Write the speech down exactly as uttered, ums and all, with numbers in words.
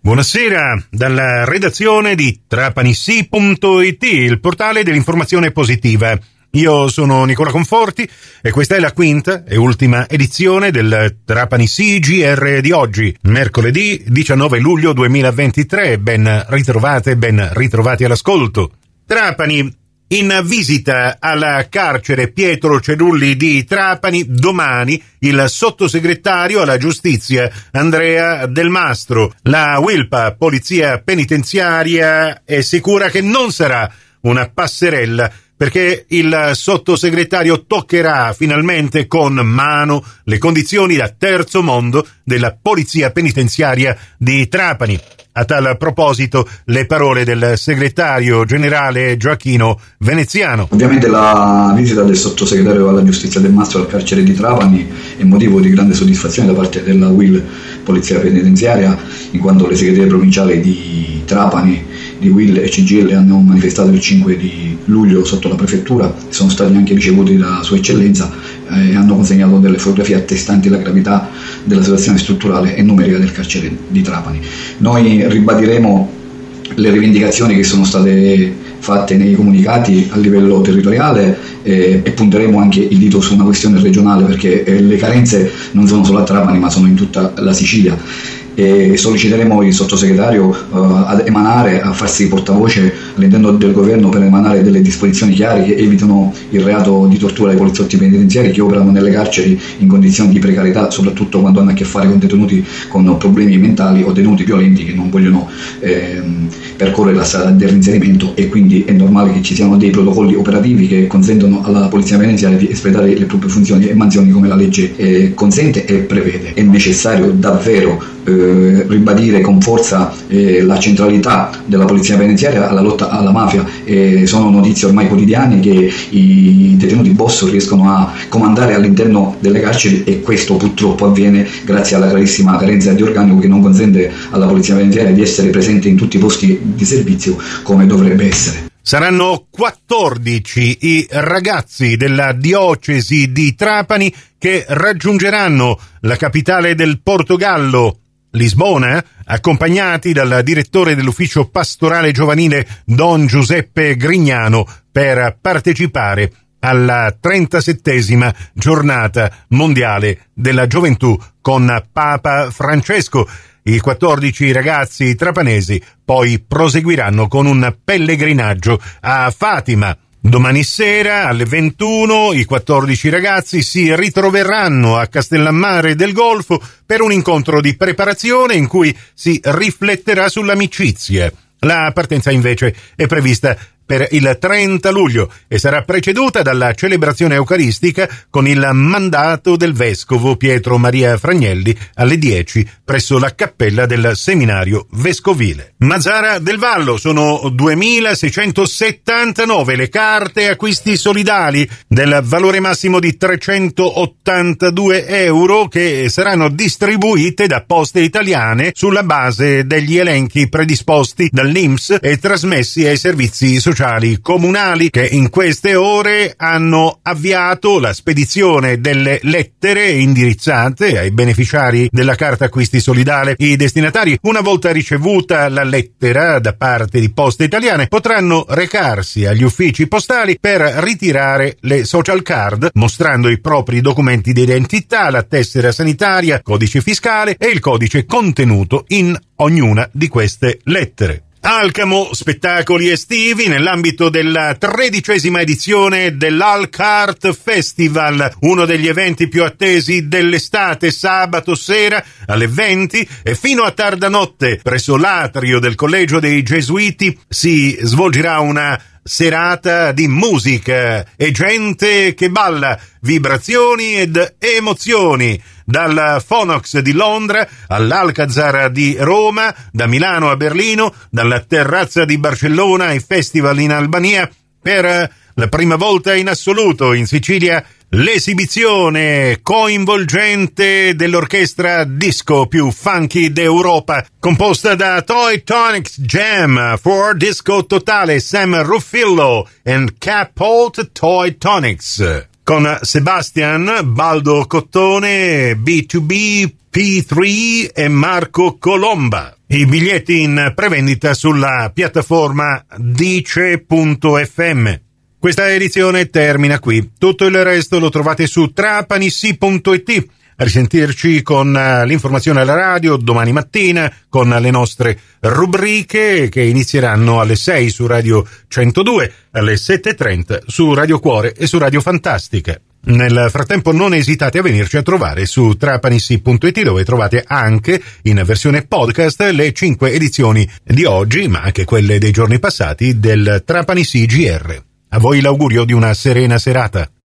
Buonasera dalla redazione di Trapanisi punto it, il portale dell'informazione positiva. Io sono Nicola Conforti e questa è la quinta e ultima edizione del Trapanisi G R di oggi, mercoledì diciannove luglio duemilaventitré. Ben ritrovate, ben ritrovati all'ascolto. Trapani. In visita alla carcere Pietro Cerulli di Trapani domani il sottosegretario alla giustizia Andrea Del Mastro. La Wilpa, Polizia Penitenziaria, è sicura che non sarà una passerella, perché il sottosegretario toccherà finalmente con mano le condizioni da terzo mondo della Polizia Penitenziaria di Trapani. A tal proposito, le parole del segretario generale Gioacchino Veneziano. Ovviamente la visita del sottosegretario alla giustizia Del Mastro al carcere di Trapani è motivo di grande soddisfazione da parte della U I L Polizia Penitenziaria, in quanto le segreterie provinciali di Trapani, di U I L e C G I L hanno manifestato il cinque di luglio sotto la prefettura e sono stati anche ricevuti da Sua Eccellenza e hanno consegnato delle fotografie attestanti la gravità della situazione strutturale e numerica del carcere di Trapani. Noi ribadiremo le rivendicazioni che sono state fatte nei comunicati a livello territoriale eh, e punteremo anche il dito su una questione regionale, perché eh, le carenze non sono solo a Trapani ma sono in tutta la Sicilia. E solleciteremo il sottosegretario uh, ad emanare, a farsi portavoce all'interno del governo per emanare delle disposizioni chiare che evitano il reato di tortura ai poliziotti penitenziari che operano nelle carceri in condizioni di precarietà, soprattutto quando hanno a che fare con detenuti con problemi mentali o detenuti violenti che non vogliono ehm, percorrere la strada del reinserimento, e quindi è normale che ci siano dei protocolli operativi che consentono alla polizia penitenziaria di espletare le proprie funzioni e mansioni come la legge eh, consente e prevede. È necessario davvero Eh, ribadire con forza eh, la centralità della polizia penitenziaria alla lotta alla mafia. Eh, sono notizie ormai quotidiane che i detenuti boss riescono a comandare all'interno delle carceri, e questo purtroppo avviene grazie alla gravissima carenza di organico che non consente alla polizia penitenziaria di essere presente in tutti i posti di servizio come dovrebbe essere. Saranno quattordici i ragazzi della diocesi di Trapani che raggiungeranno la capitale del Portogallo, Lisbona, accompagnati dal direttore dell'ufficio pastorale giovanile Don Giuseppe Grignano, per partecipare alla trentasettesima giornata mondiale della gioventù con Papa Francesco. I quattordici ragazzi trapanesi poi proseguiranno con un pellegrinaggio a Fatima. Domani sera alle ventuno i quattordici ragazzi si ritroveranno a Castellammare del Golfo per un incontro di preparazione in cui si rifletterà sull'amicizia. La partenza invece è prevista per il trenta luglio e sarà preceduta dalla celebrazione eucaristica con il mandato del vescovo Pietro Maria Fragnelli alle dieci presso la cappella del seminario vescovile. Mazara del Vallo, sono duemilaseicentosettantanove le carte acquisti solidali del valore massimo di trecentottantadue euro che saranno distribuite da Poste Italiane sulla base degli elenchi predisposti dall'I N P S e trasmessi ai servizi sociali comunali, che in queste ore hanno avviato la spedizione delle lettere indirizzate ai beneficiari della carta acquisti solidale. I destinatari, una volta ricevuta la lettera da parte di Poste Italiane, potranno recarsi agli uffici postali per ritirare le social card, mostrando i propri documenti di identità, la tessera sanitaria, codice fiscale e il codice contenuto in ognuna di queste lettere. Alcamo, spettacoli estivi nell'ambito della tredicesima edizione dell'Alcart Festival, uno degli eventi più attesi dell'estate. Sabato sera alle venti e fino a tarda notte presso l'atrio del Collegio dei Gesuiti si svolgerà una serata di musica e gente che balla, vibrazioni ed emozioni. Dal Phonox di Londra all'Alcazar di Roma, da Milano a Berlino, dalla Terrazza di Barcellona ai festival in Albania. Per la prima volta in assoluto in Sicilia l'esibizione coinvolgente dell'orchestra disco più funky d'Europa, composta da Toy Tonics Jam for Disco Totale, Sam Ruffillo and Capult Toy Tonics, con Sebastian, Baldo Cottone, B due B, P tre e Marco Colomba. i biglietti in prevendita sulla piattaforma dice punto effe emme. Questa edizione termina qui. Tutto il resto lo trovate su trapanissi punto it. A risentirci con l'informazione alla radio domani mattina con le nostre rubriche che inizieranno alle sei su Radio centodue, alle sette e trenta su Radio Cuore e su Radio Fantastica. Nel frattempo non esitate a venirci a trovare su trapanissi punto it, dove trovate anche in versione podcast le cinque edizioni di oggi, ma anche quelle dei giorni passati del Trapanissi G R. A voi l'augurio di una serena serata.